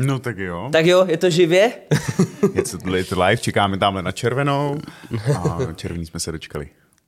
No tak jo. Tak jo, je to živě? Je to live, čekáme tamhle na červenou a červený jsme se dočkali.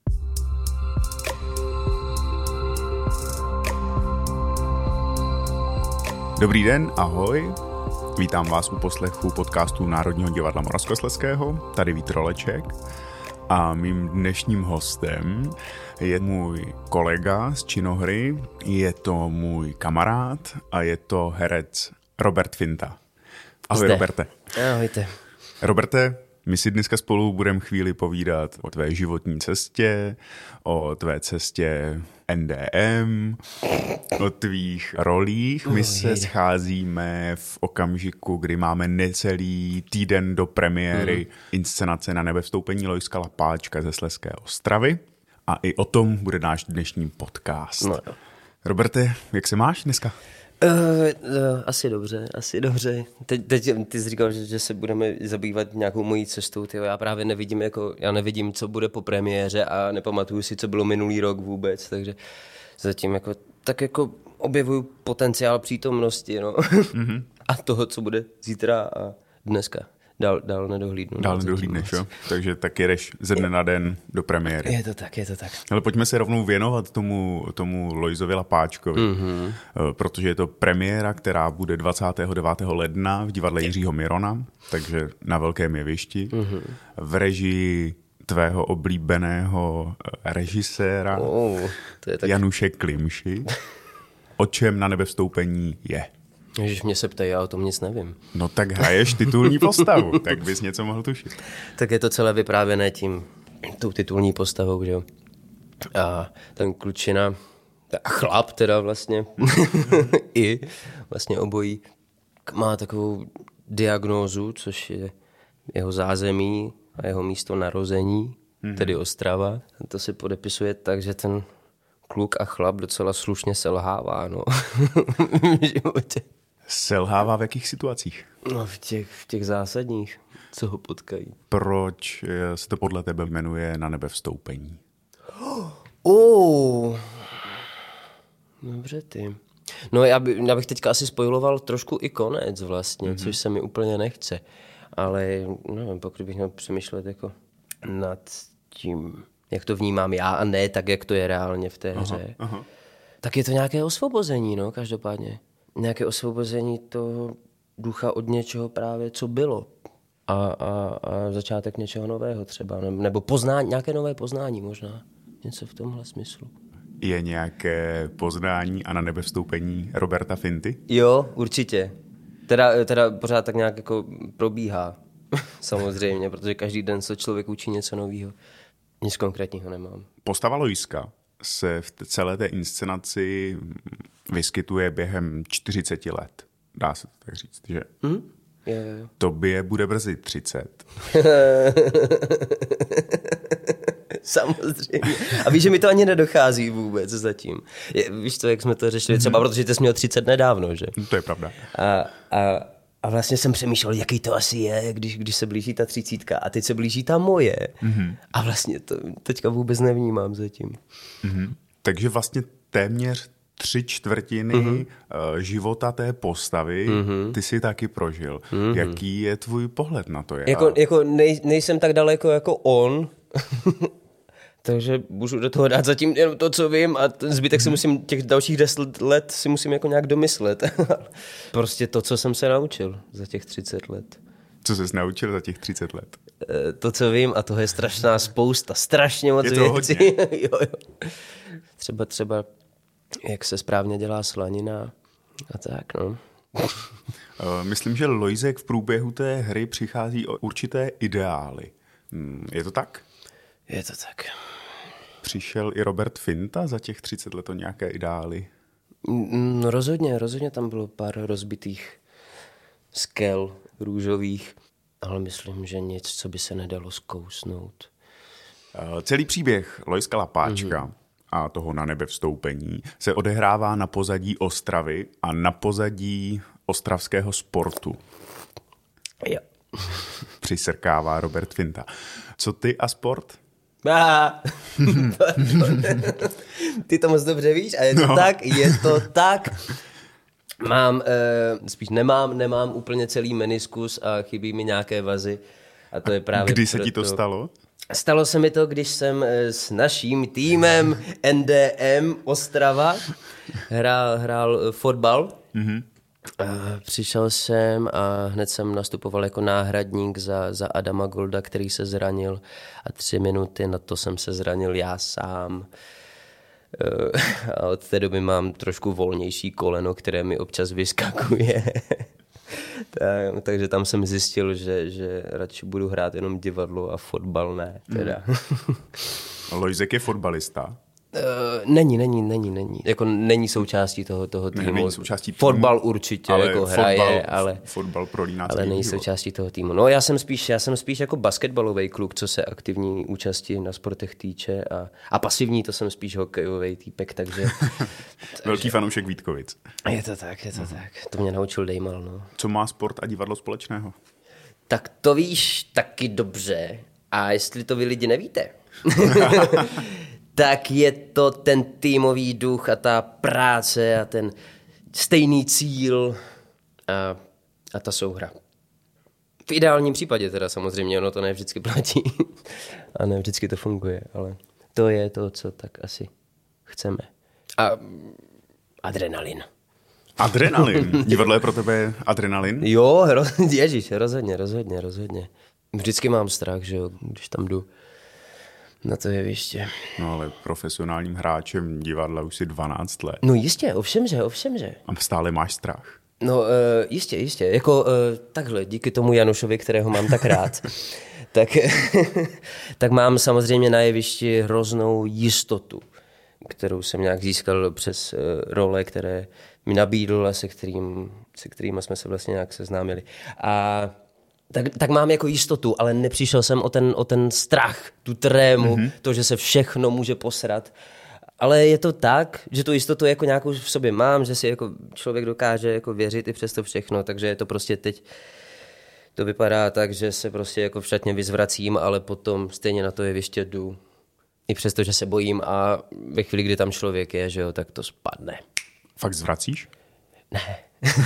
Dobrý den, ahoj. Vítám vás u poslechu podcastu Národního divadla Moravskoslezského, tady Vít Roleček. A mým dnešním hostem je můj kolega z činohry, je to můj kamarád a je to herec Robert Finta. Ahoj, Roberte. Ahojte. Roberte, my si dneska spolu budeme chvíli povídat o tvé životní cestě, o tvé cestě NDM, o tvých rolích. My se scházíme v okamžiku, kdy máme necelý týden do premiéry inscenace Na nebevstoupení Lojska Lapáčka ze Slezské Ostravy. A i o tom bude náš dnešní podcast. No. Roberte, jak se máš dneska? Asi dobře. Teď ty jsi říkal, že se budeme zabývat nějakou mojí cestou. Tyjo, já právě nevidím, co bude po premiéře a nepamatuju si, co bylo minulý rok vůbec, takže zatím tak objevuju potenciál přítomnosti, no. Mm-hmm. A toho, co bude zítra a dneska. Dál nedohlídnu. Dál nedohlídneš, jo? Takže tak jedeš ze dne na den do premiéry. Je to tak. Ale pojďme se rovnou věnovat tomu Lojzovi Lapáčkovi, protože je to premiéra, která bude 29. ledna v divadle Jiřího Mirona, takže na velkém jevišti, v režii tvého oblíbeného režiséra Januše Klimši. O čem Na nebevstoupení je? Ježiš, mě se ptají, já o tom nic nevím. No tak hraješ titulní postavu, tak bys něco mohl tušit. Tak je to celé vyprávěné tou titulní postavou, že jo. A ten klučina, chlap teda vlastně, i vlastně obojí, má takovou diagnózu, což je jeho zázemí a jeho místo narození, tedy Ostrava. To se podepisuje tak, že ten kluk a chlap docela slušně selhává, no, v životě. Selhává v jakých situacích? No v těch zásadních, co ho potkají. Proč se to podle tebe jmenuje Na nebevstoupení? Dobře ty. No já bych teďka asi spoiloval trošku i konec vlastně, což se mi úplně nechce. Ale nevím, pokud bych měl přemýšlet nad tím, jak to vnímám já a ne tak, jak to je reálně v té hře. Aha. Tak je to nějaké osvobození, no, každopádně. Nějaké osvobození toho ducha od něčeho právě, co bylo. A začátek něčeho nového třeba. Nebo nějaké nové poznání možná. Něco v tomhle smyslu. Je nějaké poznání a Na nebevstoupení Roberta Finty? Jo, určitě. Teda pořád tak nějak probíhá. Samozřejmě, protože každý den se člověk učí něco nového. Nic konkrétního nemám. Postava Lojska se v celé té inscenaci vyskytuje během 40 let. Dá se to tak říct, že? Jo. Tobě bude brzy 30. Samozřejmě. A víš, že mi to ani nedochází vůbec zatím. Víš to, jak jsme to řešili třeba, protože ty jsi měl 30 nedávno, že? To je pravda. A vlastně jsem přemýšlel, jaký to asi je, když se blíží ta 30 a teď se blíží ta moje. A vlastně to teďka vůbec nevnímám zatím. Takže vlastně téměř 3/4 života té postavy ty si taky prožil. Jaký je tvůj pohled na to? Nejsem tak daleko jako on, takže můžu do toho dát zatím jenom to, co vím, a ten zbytek si musím, těch dalších 10 let si musím nějak domyslet. Prostě to, co jsem se naučil za těch 30 let. Co jsi naučil za těch 30 let? To, co vím, a toho je strašná spousta, strašně moc věcí. Hodně. Jo. Třeba jak se správně dělá slanina a tak, no. Myslím, že Lojzek v průběhu té hry přichází o určité ideály. Je to tak? Je to tak. Přišel i Robert Finta za těch 30 let o nějaké ideály? No rozhodně tam bylo pár rozbitých skel růžových, ale myslím, že nic, co by se nedalo zkousnout. Celý příběh Lojska Lapáčka a toho Na nebevstoupení se odehrává na pozadí Ostravy a na pozadí ostravského sportu. Jo. Přisrkává Robert Finta. Co ty a sport? Ty to moc dobře víš a je to tak. Spíš nemám úplně celý meniskus a chybí mi nějaké vazy. A to je právě Kdy se ti to stalo? Stalo se mi to, když jsem s naším týmem NDM Ostrava hrál fotbal. Mm-hmm. Přišel jsem a hned jsem nastupoval jako náhradník za Adama Golda, který se zranil a 3 minuty na to jsem se zranil já sám. A od té doby mám trošku volnější koleno, které mi občas vyskakuje. Takže tam jsem zjistil, že radši budu hrát jenom divadlo a fotbal ne. Teda. Lojzek je fotbalista? Není. Jako není součástí toho týmu. Není součástí týmu. Fotbal určitě ale jako hraje, fotbal prolíná ale není součástí toho týmu. No já jsem spíš jako basketbalový kluk, co se aktivní účasti na sportech týče a pasivní to jsem spíš hokejový týpek, takže... Velký fanoušek Vítkovic. Je to tak. To mě naučil Dejmal, no. Co má sport a divadlo společného? Tak to víš taky dobře. A jestli to vy lidi nevíte... tak je to ten týmový duch a ta práce a ten stejný cíl a ta souhra. V ideálním případě teda samozřejmě, ono to ne vždycky platí a ne vždycky to funguje, ale to je to, co tak asi chceme. A adrenalin. Adrenalin? Divadlo je pro tebe adrenalin? Jo, ježiš, rozhodně. Vždycky mám strach, že jo, když tam jdu na to jeviště. No ale profesionálním hráčem divadla už si 12 let. No jistě, ovšemže. A stále máš strach. No jistě. Jako takhle, díky tomu Janušovi, kterého mám tak rád, tak mám samozřejmě na jevišti hroznou jistotu, kterou jsem nějak získal přes role, které mi nabídl a se kterými jsme se vlastně nějak seznámili. A tak mám jako jistotu, ale nepřišel jsem o ten strach, tu trému, to, že se všechno může posrat. Ale je to tak, že tu jistotu jako nějakou v sobě mám, že si jako člověk dokáže jako věřit i přes to všechno, takže je to prostě teď, to vypadá tak, že se prostě jako v šatně vyzvracím, ale potom stejně na to jeviště jdu. I přesto, že se bojím a ve chvíli, kdy tam člověk je, že jo, tak to spadne. Fakt zvracíš? Ne.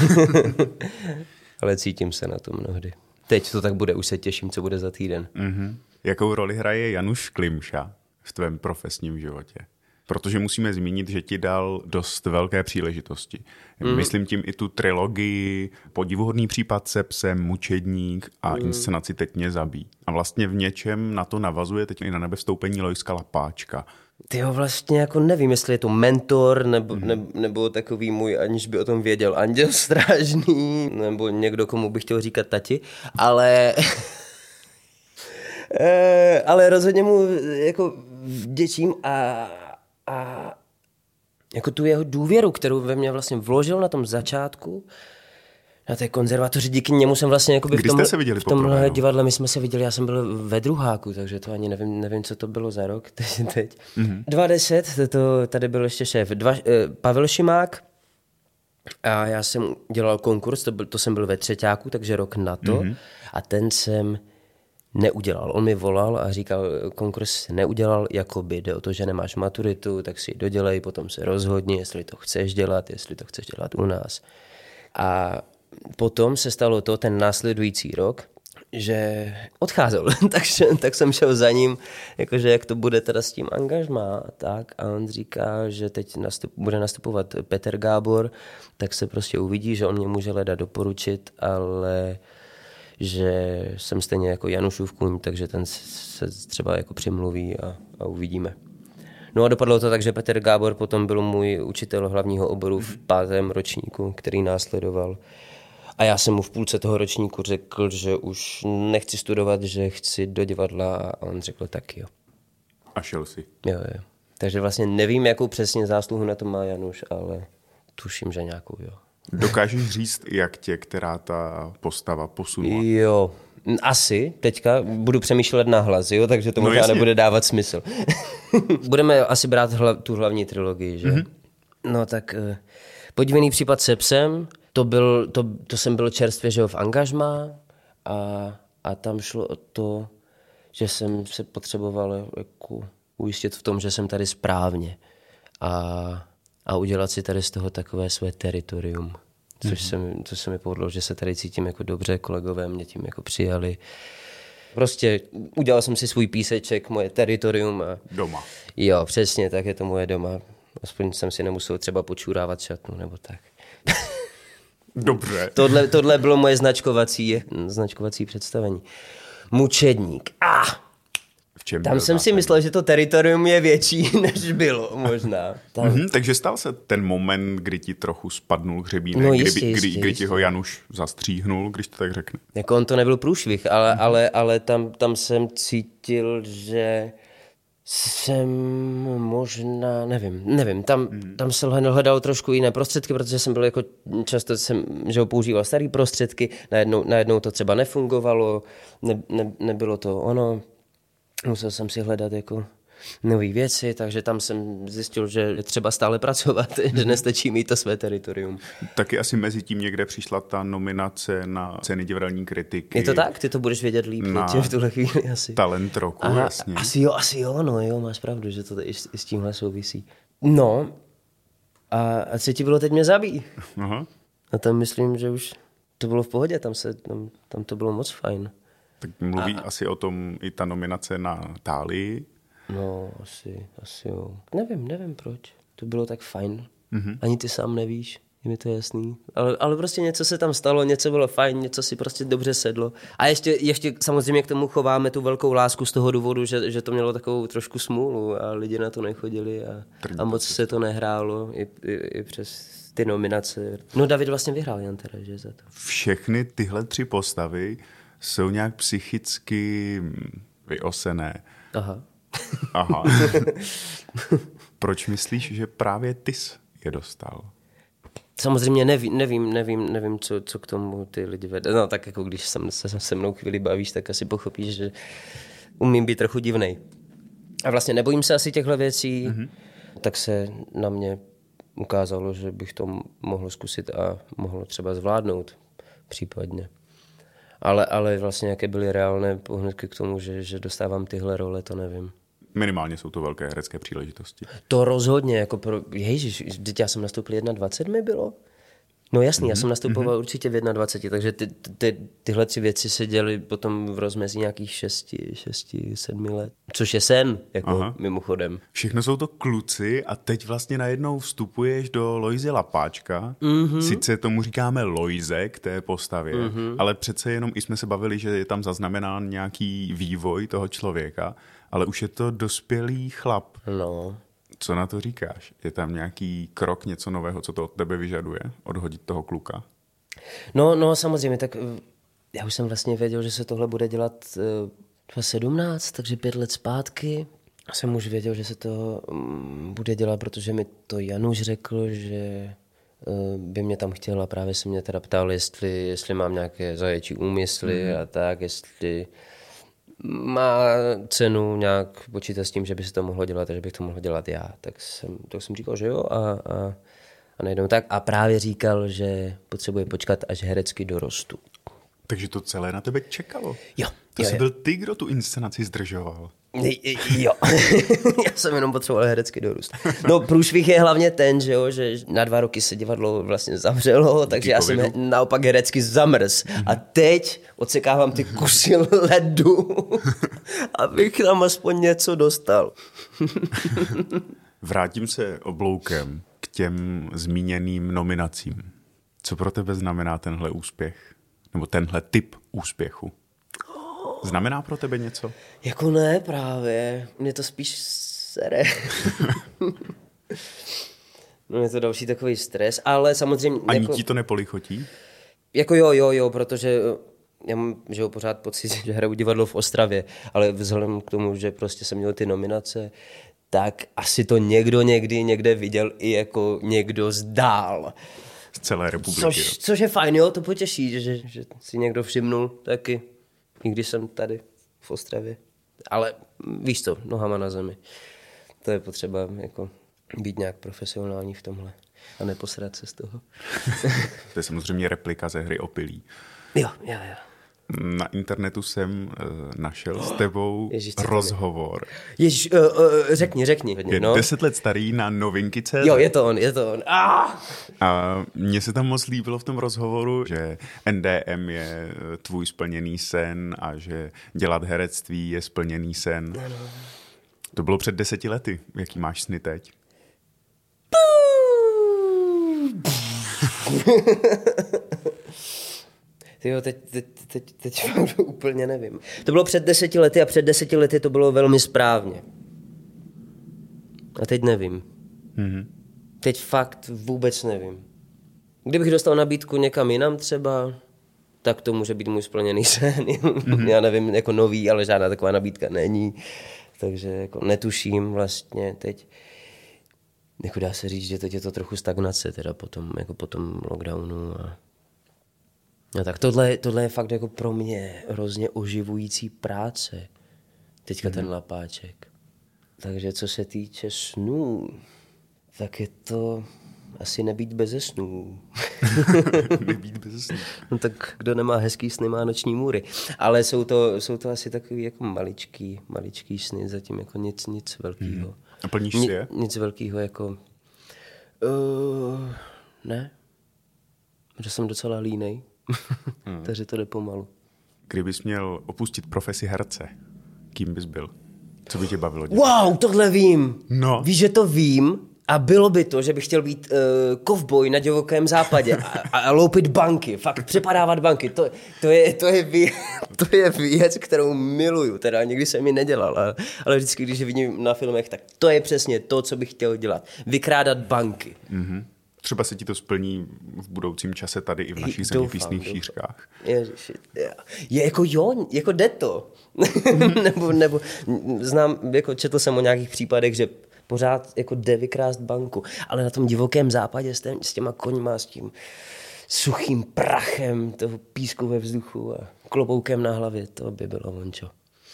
Ale cítím se na to mnohdy. Teď to tak bude, už se těším, co bude za týden. Mm-hmm. Jakou roli hraje Januš Klimša v tvém profesním životě? Protože musíme zmínit, že ti dal dost velké příležitosti. Myslím tím i tu trilogii Podivuhodný případ se psem, Mučedník a inscenaci Teď mě zabij. A vlastně v něčem na to navazuje teď i na nebevstoupení Lojzka Lapáčka. Tyjo, vlastně jako nevím, jestli je to mentor, nebo takový můj, aniž by o tom věděl, anděl strážný, nebo někdo, komu bych chtěl říkat tati, ale... ale rozhodně mu jako vděčím a jako tu jeho důvěru, kterou ve mě vlastně vložil na tom začátku, na té konzervatoři, díky němu jsem vlastně jako Kdy jste se viděli v tomhle divadle, my jsme se viděli, já jsem byl ve druháku, takže to ani nevím, co to bylo za rok teď. 2010, tady byl ještě šéf, Pavel Šimák a já jsem dělal konkurs, to jsem byl ve třeťáku, takže rok na to a ten jsem neudělal. On mi volal a říkal, konkurs neudělal, jakoby jde o to, že nemáš maturitu, tak si dodělej, potom se rozhodni, jestli to chceš dělat u nás. A potom se stalo to ten následující rok, že odcházel, tak jsem šel za ním, jakože jak to bude teda s tím angažmá, tak a on říká, že teď bude nastupovat Petr Gábor, tak se prostě uvidí, že on mě může leda doporučit, ale že jsem stejně jako Janušův kůň, takže ten se třeba jako přimluví a uvidíme. No a dopadlo to tak, že Petr Gábor potom byl můj učitel hlavního oboru v 5. ročníku, který následoval. A já jsem mu v půlce toho ročníku řekl, že už nechci studovat, že chci do divadla a on řekl tak jo. A šel si. Jo. Takže vlastně nevím, jakou přesně zásluhu na to má Januš, ale tuším, že nějakou jo. Dokážeš říct, jak tě která ta postava posunula? Jo, asi. Teďka budu přemýšlet nahlas, jo, takže to možná nebude dávat smysl. Budeme asi brát tu hlavní trilogii, že? No tak Podivný případ se psem, to jsem byl čerstvě, že jo, v angažmá a tam šlo o to, že jsem se potřeboval jako ujistit v tom, že jsem tady správně a udělat si tady z toho takové své teritorium. což se mi povedlo, že se tady cítím jako dobře, kolegové mě tím jako přijali. Prostě udělal jsem si svůj píseček, moje teritorium. A Doma. Jo, přesně, tak je to moje doma. Aspoň jsem si nemusel třeba počurávat šatnu nebo tak. Dobře. Tohle bylo moje značkovací představení. Mučedník. Tam jsem si myslel, že to teritorium je větší, než bylo možná. Takže stal se ten moment, kdy ti trochu spadnul hřebínek, No, kdy ti ho Januš zastříhnul, když to tak řekne. Jako on to nebyl průšvih, ale tam jsem cítil, že jsem možná, nevím, tam jsem hledal trošku jiné prostředky, protože jsem byl jako často že ho používal starý prostředky, najednou to třeba nefungovalo, nebylo to ono, musel jsem si hledat jako nové věci, takže tam jsem zjistil, že je třeba stále pracovat, že nestačí mít to své teritorium. Taky asi mezi tím někde přišla ta nominace na ceny divadelní kritiky. Je to tak? Ty to budeš vědět líp v tuhle chvíli asi. Talent roku, jasně. Asi jo, no jo, máš pravdu, že to i s tímhle souvisí. No, a co ti bylo teď mě zabít? Aha. A tam myslím, že už to bylo v pohodě, tam to bylo moc fajn. Tak mluví asi o tom i ta nominace na Tálii. No, asi jo. Nevím proč. To bylo tak fajn. Ani ty sám nevíš, je mi to jasný. Ale prostě něco se tam stalo, něco bylo fajn, něco si prostě dobře sedlo. A ještě samozřejmě k tomu chováme tu velkou lásku z toho důvodu, že to mělo takovou trošku smůlu a lidi na to nechodili a moc se to nehrálo i přes ty nominace. No David vlastně vyhrál, Jan teda, že za to. Všechny tyhle 3 postavy jsou nějak psychicky vyosené. Aha. Proč myslíš, že právě ty jsi je dostal? Samozřejmě nevím, co k tomu ty lidi vede. No tak jako když se mnou chvíli bavíš, tak asi pochopíš, že umím být trochu divnej. A vlastně nebojím se asi těchto věcí, tak se na mě ukázalo, že bych to mohl zkusit a mohl třeba zvládnout případně. Ale vlastně jaké byly reálné pohnutky k tomu, že dostávám tyhle role, to nevím. Minimálně jsou to velké herecké příležitosti. To rozhodně, jako ježiš, teď já jsem nastoupil 21 mi bylo? No jasný, já jsem nastupoval určitě v 21, takže tyhle 3 věci se děly potom v rozmezí nějakých 6-7 let. Což je sen, jako mimochodem. Všechno jsou to kluci a teď vlastně najednou vstupuješ do Lojzy Lapáčka. Sice tomu říkáme Lojze k té postavě, ale přece jenom i jsme se bavili, že je tam zaznamenán nějaký vývoj toho člověka, ale už je to dospělý chlap. No. Co na to říkáš? Je tam nějaký krok, něco nového, co to od tebe vyžaduje? Odhodit toho kluka? No samozřejmě, tak já už jsem vlastně věděl, že se tohle bude dělat 17, takže 5 let zpátky. Jsem už věděl, že se to bude dělat, protože mi to Januš řekl, že by mě tam chtěl a právě se mě teda ptal, jestli mám nějaké zaječí úmysly a tak, jestli má cenu nějak počítat s tím, že by se to mohlo dělat a že bych to mohl dělat já. Tak jsem říkal, že jo a najednou tak. A právě říkal, že potřebuje počkat, až herecky dorostu. Takže to celé na tebe čekalo. Jo. To jsi byl ty, kdo tu inscenaci zdržoval. Jo. Já jsem jenom potřeboval herecky dorůst. No průšvih je hlavně ten, že jo, že na 2 roky se divadlo vlastně zavřelo, takže já jsem naopak herecky zamrz. A teď odsekávám ty kusy ledu, abych tam aspoň něco dostal. Vrátím se obloukem k těm zmíněným nominacím. Co pro tebe znamená tenhle úspěch? Nebo tenhle typ úspěchu? Znamená pro tebe něco? Jako ne právě. Mě to spíš sere. No je to další takový stres, ale samozřejmě... Ani ti to nepolichotí? Jako jo, protože já mám pořád pocit, že hraju divadlo v Ostravě, ale vzhledem k tomu, že prostě jsem měl ty nominace, tak asi to někdo někde viděl i jako někdo zdál. Z celé republiky. Což je fajn, jo, to potěší, že si někdo všimnul taky, i když jsem tady v Ostravě. Ale víš co, nohama na zemi. To je potřeba jako být nějak profesionální v tomhle a neposrat se z toho. To je samozřejmě replika ze hry Opilí. Jo. Na internetu jsem našel s tebou rozhovor. Ježiš, řekni. Je 10 let starý na novinky.cz. Jo, je to on. A mně se tam moc líbilo v tom rozhovoru, že NDM je tvůj splněný sen a že dělat herectví je splněný sen. Ano. To bylo před 10 lety. Jaký máš sny teď? Tyjo, teď úplně nevím. To bylo před 10 lety a před 10 lety to bylo velmi správně. A teď nevím. Mm-hmm. Teď fakt vůbec nevím. Kdybych dostal nabídku někam jinam třeba, tak to může být můj splněný sen. Mm-hmm. Já nevím, jako nový, ale žádná taková nabídka není. Takže jako netuším vlastně teď. Jako dá se říct, že teď je to trochu stagnace teda po tom lockdownu. No tak tohle je fakt jako pro mě hrozně oživující práce. Teďka ten lapáček. Takže co se týče snů, tak je to asi nebýt beze snů. Nebýt beze snů. No tak kdo nemá hezký sny, má noční můry. Ale jsou to asi takový jako maličký sny, zatím jako nic velkýho. A plníš si je? Nic velkýho jako... ne. Že jsem docela línej. Takže to jde pomalu. Kdybys měl opustit profesi herce, kým bys byl? Co by tě bavilo dělat? Wow, tohle vím. No. Víš, že to vím a bylo by to, že bych chtěl být kovboj na divokém západě a loupit banky, fakt přepadávat banky. To je věc, kterou miluju. Teda nikdy jsem ji nedělal, ale vždycky, když je vidím na filmech, tak to je přesně to, co bych chtěl dělat. Vykrádat banky. Mm-hmm. Třeba se ti to splní v budoucím čase tady i v našich zeměpisných šířkách. Ježiši, je jako jde to. nebo znám, jako četl jsem o nějakých případech, že pořád jako jde vykrást banku, ale na tom divokém západě s těma koňma, s tím suchým prachem toho písku ve vzduchu a kloboukem na hlavě, to by bylo vončo.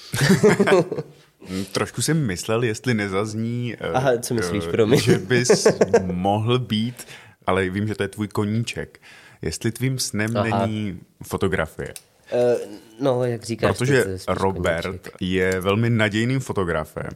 Trošku jsem myslel, jestli nezazní, aha, co myslíš, promiň? Že bys mohl být, ale vím, že to je tvůj koníček. Jestli tvým snem není fotografie. No, jak říkáš. Protože Robert koníček. Je velmi nadějným fotografem.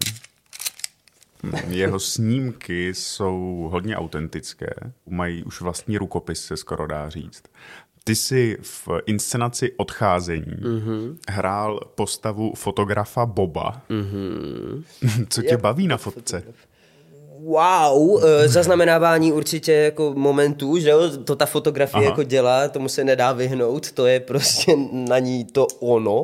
Jeho snímky jsou hodně autentické. Mají už vlastní rukopis, se skoro dá říct. Ty jsi v inscenaci Odcházení hrál postavu fotografa Boba. Co tě baví na fotce? Wow, zaznamenávání určitě jako momentů, že jo, to ta fotografie jako dělá, tomu se nedá vyhnout, to je prostě na ní to ono.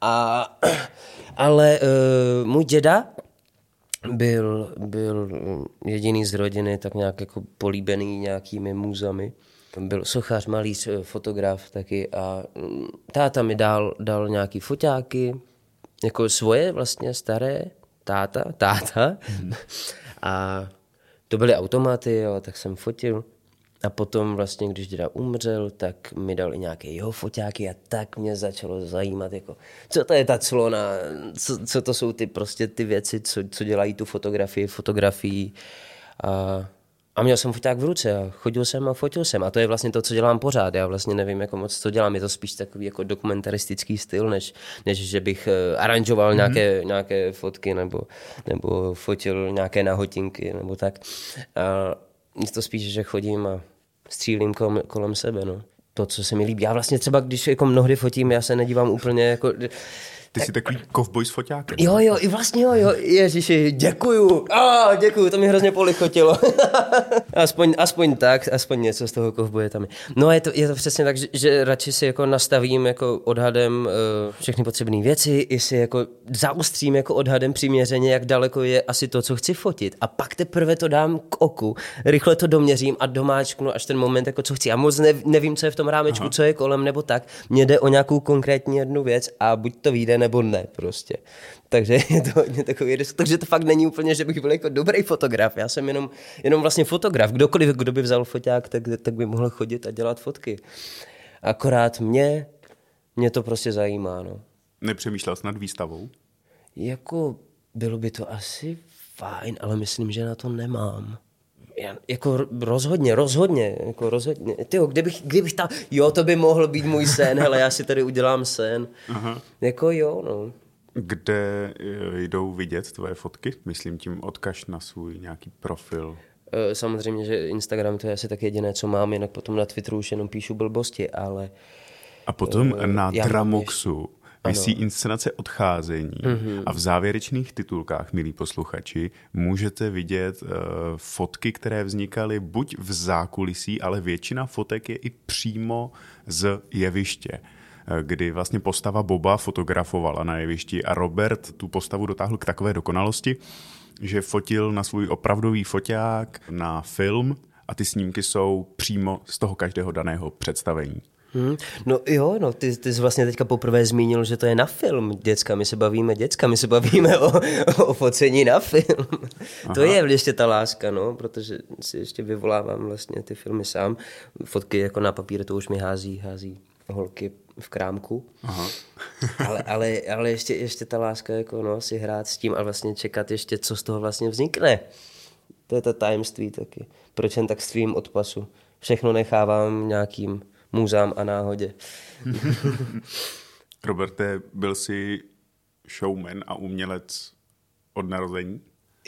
Ale můj děda byl jediný z rodiny tak nějak jako políbený nějakými muzami. Byl sochař, malíř, fotograf taky a táta mi dal nějaký foťáky, jako svoje vlastně staré, táta. A to byly automaty, jo, tak jsem fotil. A potom vlastně, když děda umřel, tak mi dal i nějaké jeho foťáky a tak mě začalo zajímat, jako, co to je ta clona, co to jsou ty věci, co dělají tu fotografii. A měl jsem foťák v ruce a chodil jsem a fotil jsem. A to je vlastně to, co dělám pořád. Já vlastně nevím jako moc, co dělám. Je to spíš takový jako dokumentaristický styl, než že bych aranžoval nějaké fotky nebo fotil nějaké nahotinky nebo tak. A je to spíš, že chodím a střílím kolem sebe. No. To, co se mi líbí. Já vlastně třeba, když jako mnohdy fotím, já se nedívám úplně jako... Ty jsi takový kovboj s foťákem. Jo, i vlastně jo. Ježiši, děkuju, to mě hrozně polichotilo. aspoň něco z toho kovboje tam je. No je to přesně tak, že radši si jako nastavím jako odhadem všechny potřebné věci, i si jako zaustřím jako odhadem přiměřeně, jak daleko je asi to, co chci fotit. A pak teprve to dám k oku, rychle to doměřím a domáčknu až ten moment, jako co chci. Já moc nevím, co je v tom rámečku, co je kolem nebo tak. Mně jde o nějakou konkrétní jednu věc a buď to vyjde, nebo ne prostě. Takže je to hodně takový risk. Takže to fakt není úplně, že bych byl jako dobrý fotograf. Já jsem jenom vlastně fotograf. Kdokoliv, kdo by vzal foťák, tak by mohl chodit a dělat fotky. Akorát mě to prostě zajímá. No. Nepřemýšlel jsi nad výstavou? Jako bylo by to asi fajn, ale myslím, že na to nemám. Jako rozhodně. Tyjo, kdybych tam, jo, to by mohl být můj sen, hele, já si tady udělám sen. Aha. Jako jo, no. Kde jdou vidět tvoje fotky? Myslím tím odkaž na svůj nějaký profil. Samozřejmě, že Instagram to je asi tak jediné, co mám, jinak potom na Twitteru už jenom píšu blbosti, ale... A potom na Dramoxu visí inscenace Odcházení a v závěrečných titulkách, milí posluchači, můžete vidět fotky, které vznikaly buď v zákulisí, ale většina fotek je i přímo z jeviště, kdy vlastně postava Boba fotografovala na jevišti a Robert tu postavu dotáhl k takové dokonalosti, že fotil na svůj opravdový foťák na film a ty snímky jsou přímo z toho každého daného představení. No jo, no, ty jsi vlastně teďka poprvé zmínil, že to je na film. My se bavíme o focení na film. Aha. To je ještě ta láska, no, protože si ještě vyvolávám vlastně ty filmy sám. Fotky jako na papír, to už mi hází holky v krámku. Aha. ale ještě ta láska, jako no, si hrát s tím a vlastně čekat ještě, co z toho vlastně vznikne. To je to tajemství taky. Proč jen tak stvím od pasu? Všechno nechávám nějakým můzám a náhodě. Roberte, byl jsi showman a umělec od narození?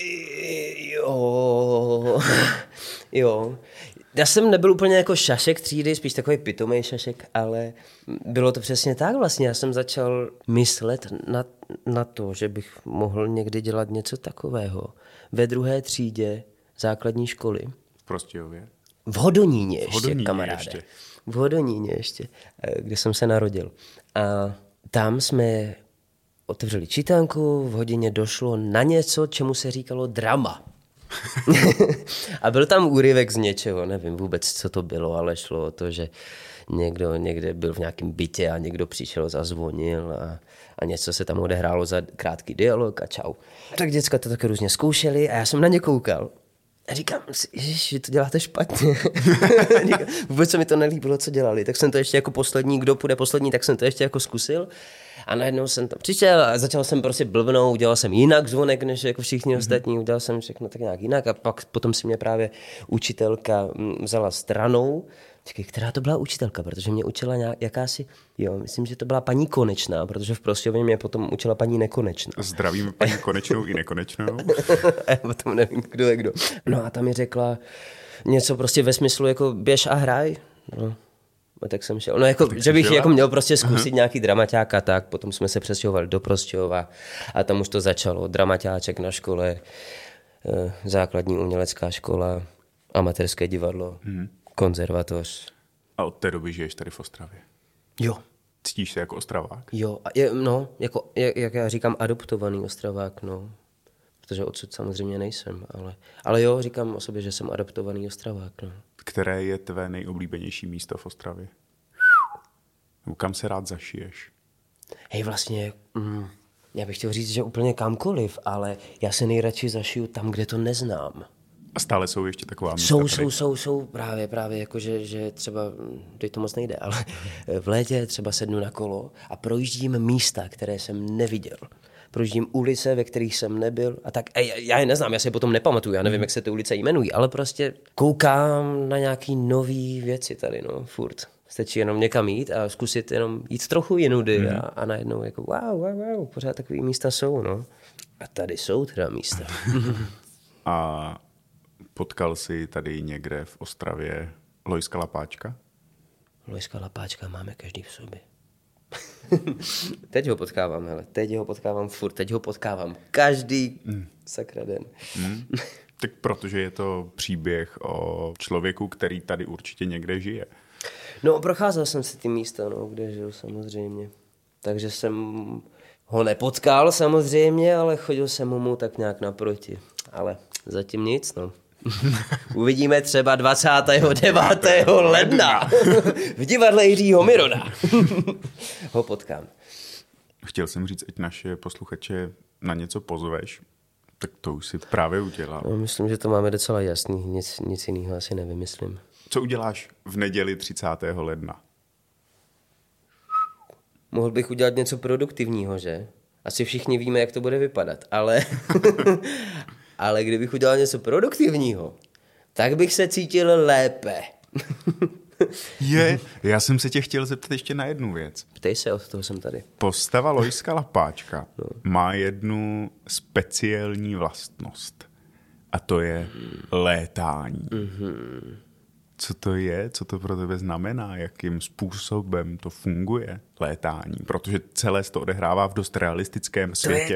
Jo. Já jsem nebyl úplně jako šašek třídy, spíš takový pitomej šašek, ale bylo to přesně tak vlastně. Já jsem začal myslet na to, že bych mohl někdy dělat něco takového. Ve 2. třídě základní školy. V Prostějově? V Hodoníně ještě, kamaráde. V Hodoníně ještě, kde jsem se narodil. A tam jsme otevřeli čítanku, v hodině došlo na něco, čemu se říkalo drama. A byl tam úryvek z něčeho, nevím vůbec, co to bylo, ale šlo o to, že někdo někde byl v nějakém bytě a někdo přišel, zazvonil a něco se tam odehrálo za krátký dialog a čau. Tak děcka to taky různě zkoušeli a já jsem na ně koukal. A říkám si, ježiš, to děláte špatně. Vůbec se mi to nelíbilo, co dělali. Tak jsem to ještě jako poslední, kdo půjde poslední, tak jsem to ještě jako zkusil. A najednou jsem tam přišel a začal jsem prostě blbnout, udělal jsem jinak zvonek, než jako všichni ostatní, udělal jsem všechno tak nějak jinak a pak potom si mě právě učitelka vzala stranou. Čekaj, která to byla učitelka, protože mě učila jakási, myslím, že to byla paní Konečná, protože v Prostějově mě potom učila paní Nekonečná. Zdravíme paní Konečnou i Nekonečnou. Já potom nevím, kdo je kdo. No a tam mi řekla něco prostě ve smyslu jako běž a hraj. No. A tak jsem šel. No jako, že bych jako měl prostě zkusit nějaký dramaťák a tak. Potom jsme se přestěhovali do Prostějova a tam už to začalo. Dramaťáček na škole, základní umělecká škola, amatérské divadlo, konzervatoř. A od té doby žiješ tady v Ostravě? Jo. Cítíš se jako Ostravák? Jo, jako, jak já říkám, adoptovaný Ostravák, no. Protože odsud samozřejmě nejsem, ale jo, říkám o sobě, že jsem adoptovaný Ostravák, no. Které je tvé nejoblíbenější místo v Ostravě? Kam se rád zašiješ? Hej, vlastně, já bych chtěl říct, že úplně kamkoliv, ale já se nejradši zašiju tam, kde to neznám. A stále jsou ještě taková místa? Jsou právě, jakože že třeba, teď to moc nejde, ale v létě třeba sednu na kolo a projíždím místa, které jsem neviděl. Projíždím ulice, ve kterých jsem nebyl a tak. Já je neznám, já si je potom nepamatuju, já nevím, jak se ty ulice jmenují, ale prostě koukám na nějaký nový věci tady, no, furt. Stačí jenom někam jít a zkusit jenom jít trochu jinudy a najednou jako wow, pořád takový místa jsou, no. A tady jsou teda místa. A potkal jsi tady někde v Ostravě Lojska Lapáčka? Lojska Lapáčka máme každý v sobě. Teď ho potkávám furt, teď ho potkávám každý sakra den. Tak protože je to příběh o člověku, který tady určitě někde žije. No, procházel jsem si ty místa, no, kde žil samozřejmě. Takže jsem ho nepotkal samozřejmě, ale chodil jsem mu tak nějak naproti. Ale zatím nic, no. Uvidíme třeba 29. ledna v divadle Jiřího Miroda. Ho potkám. Chtěl jsem říct, ať naše posluchače na něco pozveš, tak to už si právě udělal. No, myslím, že to máme docela jasný, nic jiného asi nevymyslím. Co uděláš v neděli 30. ledna? Mohl bych udělat něco produktivního, že? Asi všichni víme, jak to bude vypadat, ale kdybych udělal něco produktivního, tak bych se cítil lépe. Já jsem se tě chtěl zeptat ještě na jednu věc. Ptej se, od toho jsem tady. Postava Lojska Lapáčka má jednu speciální vlastnost. A to je létání. Co to je? Co to pro tebe znamená? Jakým způsobem to funguje, létání? Protože celé se to odehrává v dost realistickém světě.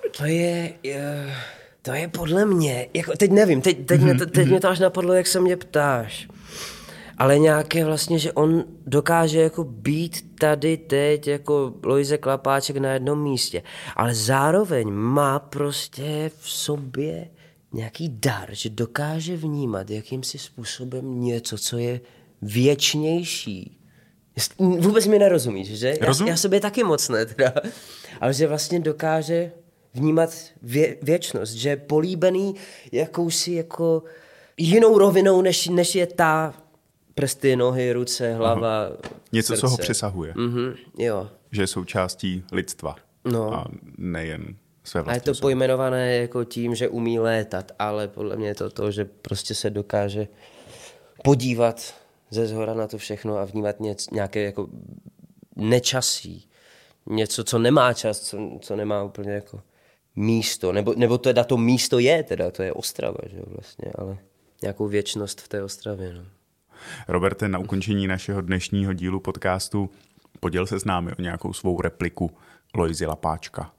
To je podle mě, jako teď nevím, teď mě to až napadlo, jak se mě ptáš. Ale nějaké vlastně, že on dokáže jako být tady teď jako Lojzek Lapáček na jednom místě. Ale zároveň má prostě v sobě nějaký dar, že dokáže vnímat jakýmsi způsobem něco, co je věčnější. Vůbec mi nerozumíš, že? Já sobě taky moc ne, teda. Ale že vlastně dokáže vnímat věčnost, že je políbený jakousi jako jinou rovinou, než je ta prsty, nohy, ruce, hlava, něco, srdce. co ho přesahuje. Jo. Že je součástí lidstva. No. A nejen své vlastní. A je to pojmenované jako tím, že umí létat, ale podle mě je to, že prostě se dokáže podívat ze zhora na to všechno a vnímat nějaké jako nečasí. Něco, co nemá čas, co nemá úplně jako místo. Nebo teda to místo je, teda to je Ostrava, že jo, vlastně, ale nějakou věčnost v té Ostravě, no. Roberte, na ukončení našeho dnešního dílu podcastu poděl se s námi o nějakou svou repliku Lojzy Lapáčka.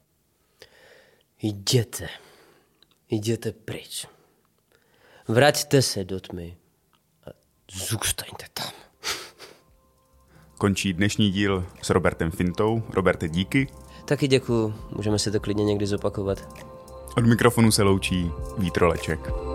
Jděte pryč. Vraťte se do tmy a zůstaňte tam. Končí dnešní díl s Robertem Fintou. Roberte, díky. Taky děkuju, můžeme si to klidně někdy zopakovat. Od mikrofonu se loučí Vít Roleček.